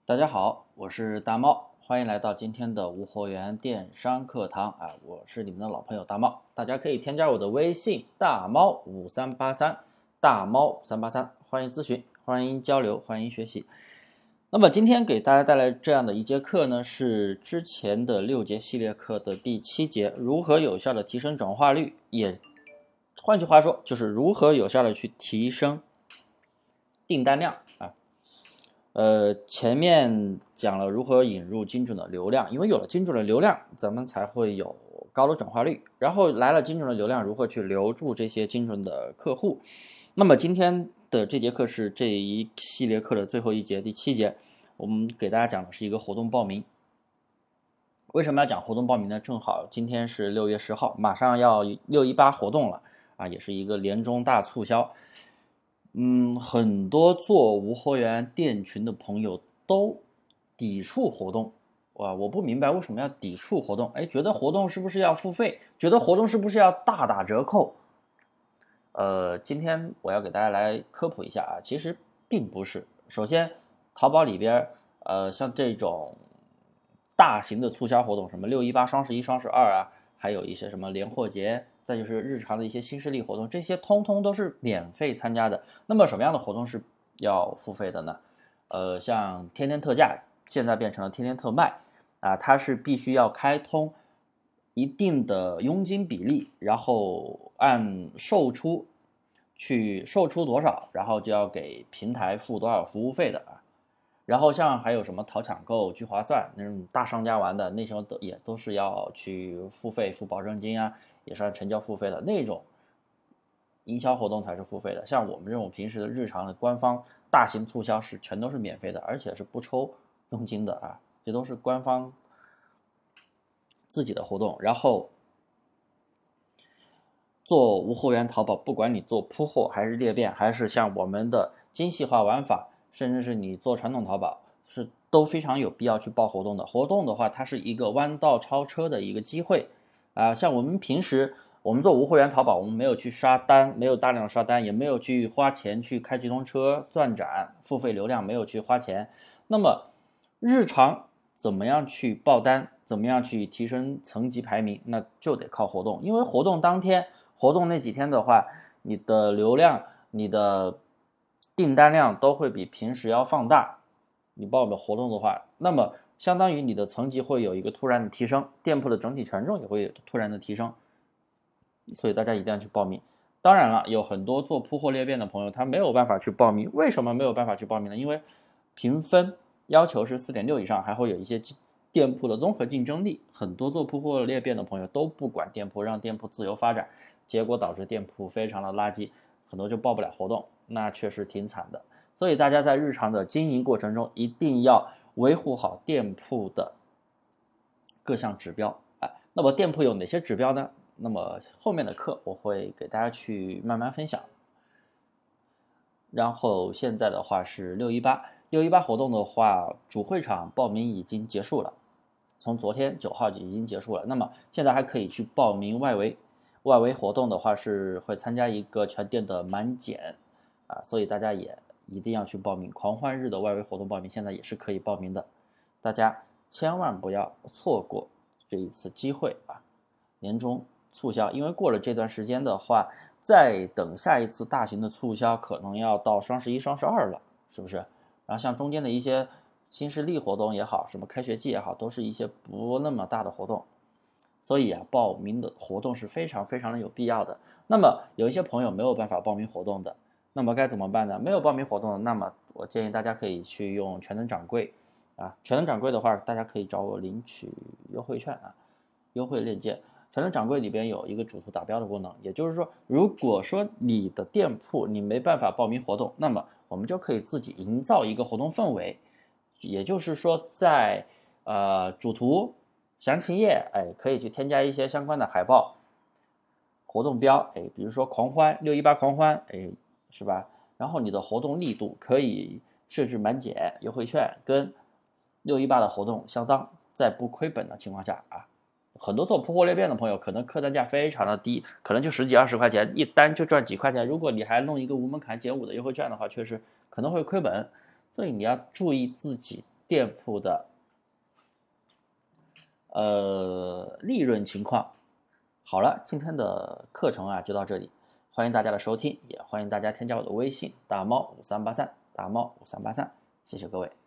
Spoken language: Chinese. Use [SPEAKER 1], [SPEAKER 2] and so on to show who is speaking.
[SPEAKER 1] 大家好，我是大猫，欢迎来到今天的无货源电商课堂啊！我是你们的老朋友大猫，大家可以添加我的微信大猫5383，大猫383，欢迎咨询，欢迎交流，欢迎学习。那么今天给大家带来这样的一节课呢，是之前的6节系列课的第7节，如何有效的提升转化率，也换句话说就是如何有效的去提升订单量啊。前面讲了如何引入精准的流量，因为有了精准的流量，咱们才会有高的转化率，然后来了精准的流量，如何去留住这些精准的客户。那么今天的这节课是这一系列课的最后一节，第7节，我们给大家讲的是一个活动报名。为什么要讲活动报名呢？正好今天是6月10号，马上要618活动了啊，也是一个年终大促销。很多做无货源店群的朋友都抵触活动，我不明白为什么要抵触活动，觉得活动是不是要付费，觉得活动是不是要大打折扣。今天我要给大家来科普一下啊，其实并不是。首先，淘宝里边像这种大型的促销活动，什么618、双11、双12啊，还有一些什么年货节，再就是日常的一些新势力活动，这些通通都是免费参加的。那么什么样的活动是要付费的呢？像天天特价，现在变成了天天特卖啊，它是必须要开通一定的佣金比例，然后按售出多少，然后就要给平台付多少服务费的啊。然后像还有什么淘抢购、聚划算那种大商家玩的那种，也都是要去付费、付保证金啊，也是要成交付费的那种营销活动才是付费的。像我们这种平时的日常的官方大型促销全都是免费的，而且是不抽佣金的啊，这都是官方自己的活动。然后做无货源淘宝，不管你做铺货还是裂变，还是像我们的精细化玩法，甚至是你做传统淘宝，是都非常有必要去报活动的。活动的话，它是一个弯道超车的一个机会啊。像我们平时我们做无货源淘宝，我们没有去刷单，没有大量的刷单，也没有去花钱去开直通车钻展付费流量，没有去花钱。那么日常怎么样去爆单，怎么样去提升层级排名，那就得靠活动。因为活动当天活动那几天的话，你的流量、你的订单量都会比平时要放大。你报的活动的话，那么相当于你的层级会有一个突然的提升，店铺的整体权重也会有突然的提升，所以大家一定要去报名。当然了，有很多做铺货裂变的朋友，他没有办法去报名。为什么没有办法去报名呢？因为评分要求是4.6以上，还会有一些店铺的综合竞争力。很多做铺货裂变的朋友都不管店铺，让店铺自由发展，结果导致店铺非常的垃圾，很多就报不了活动，那确实挺惨的。所以大家在日常的经营过程中，一定要维护好店铺的各项指标。那么店铺有哪些指标呢？那么后面的课我会给大家去慢慢分享。然后现在的话是618活动的话，主会场报名已经结束了，从昨天9号已经结束了。那么现在还可以去报名外围活动的话，是会参加一个全店的满减啊，所以大家也一定要去报名。狂欢日的外围活动报名现在也是可以报名的，大家千万不要错过这一次机会啊！年终促销，因为过了这段时间的话，再等下一次大型的促销可能要到双11、双12了，是不是？然后像中间的一些新势力活动也好，什么开学季也好，都是一些不那么大的活动，所以报名的活动是非常非常的有必要的。那么有一些朋友没有办法报名活动的，那么该怎么办呢？没有报名活动的，那么我建议大家可以去用全能掌柜啊。全能掌柜的话，大家可以找我领取优惠券啊，优惠链接。全能掌柜里边有一个主图达标的功能，也就是说，如果说你的店铺你没办法报名活动，那么我们就可以自己营造一个活动氛围，也就是说在主图详情页可以去添加一些相关的海报、活动标比如说狂欢618狂欢是吧？然后你的活动力度可以设置满减优惠券，跟618的活动相当，在不亏本的情况下啊。很多做铺货裂变的朋友，可能客单价非常的低，可能就10几20块钱，一单就赚几块钱。如果你还弄一个无门槛减5的优惠券的话，确实可能会亏本。所以你要注意自己店铺的利润情况。好了，今天的课程啊就到这里，欢迎大家的收听，也欢迎大家添加我的微信大猫5383，大猫5383，谢谢各位。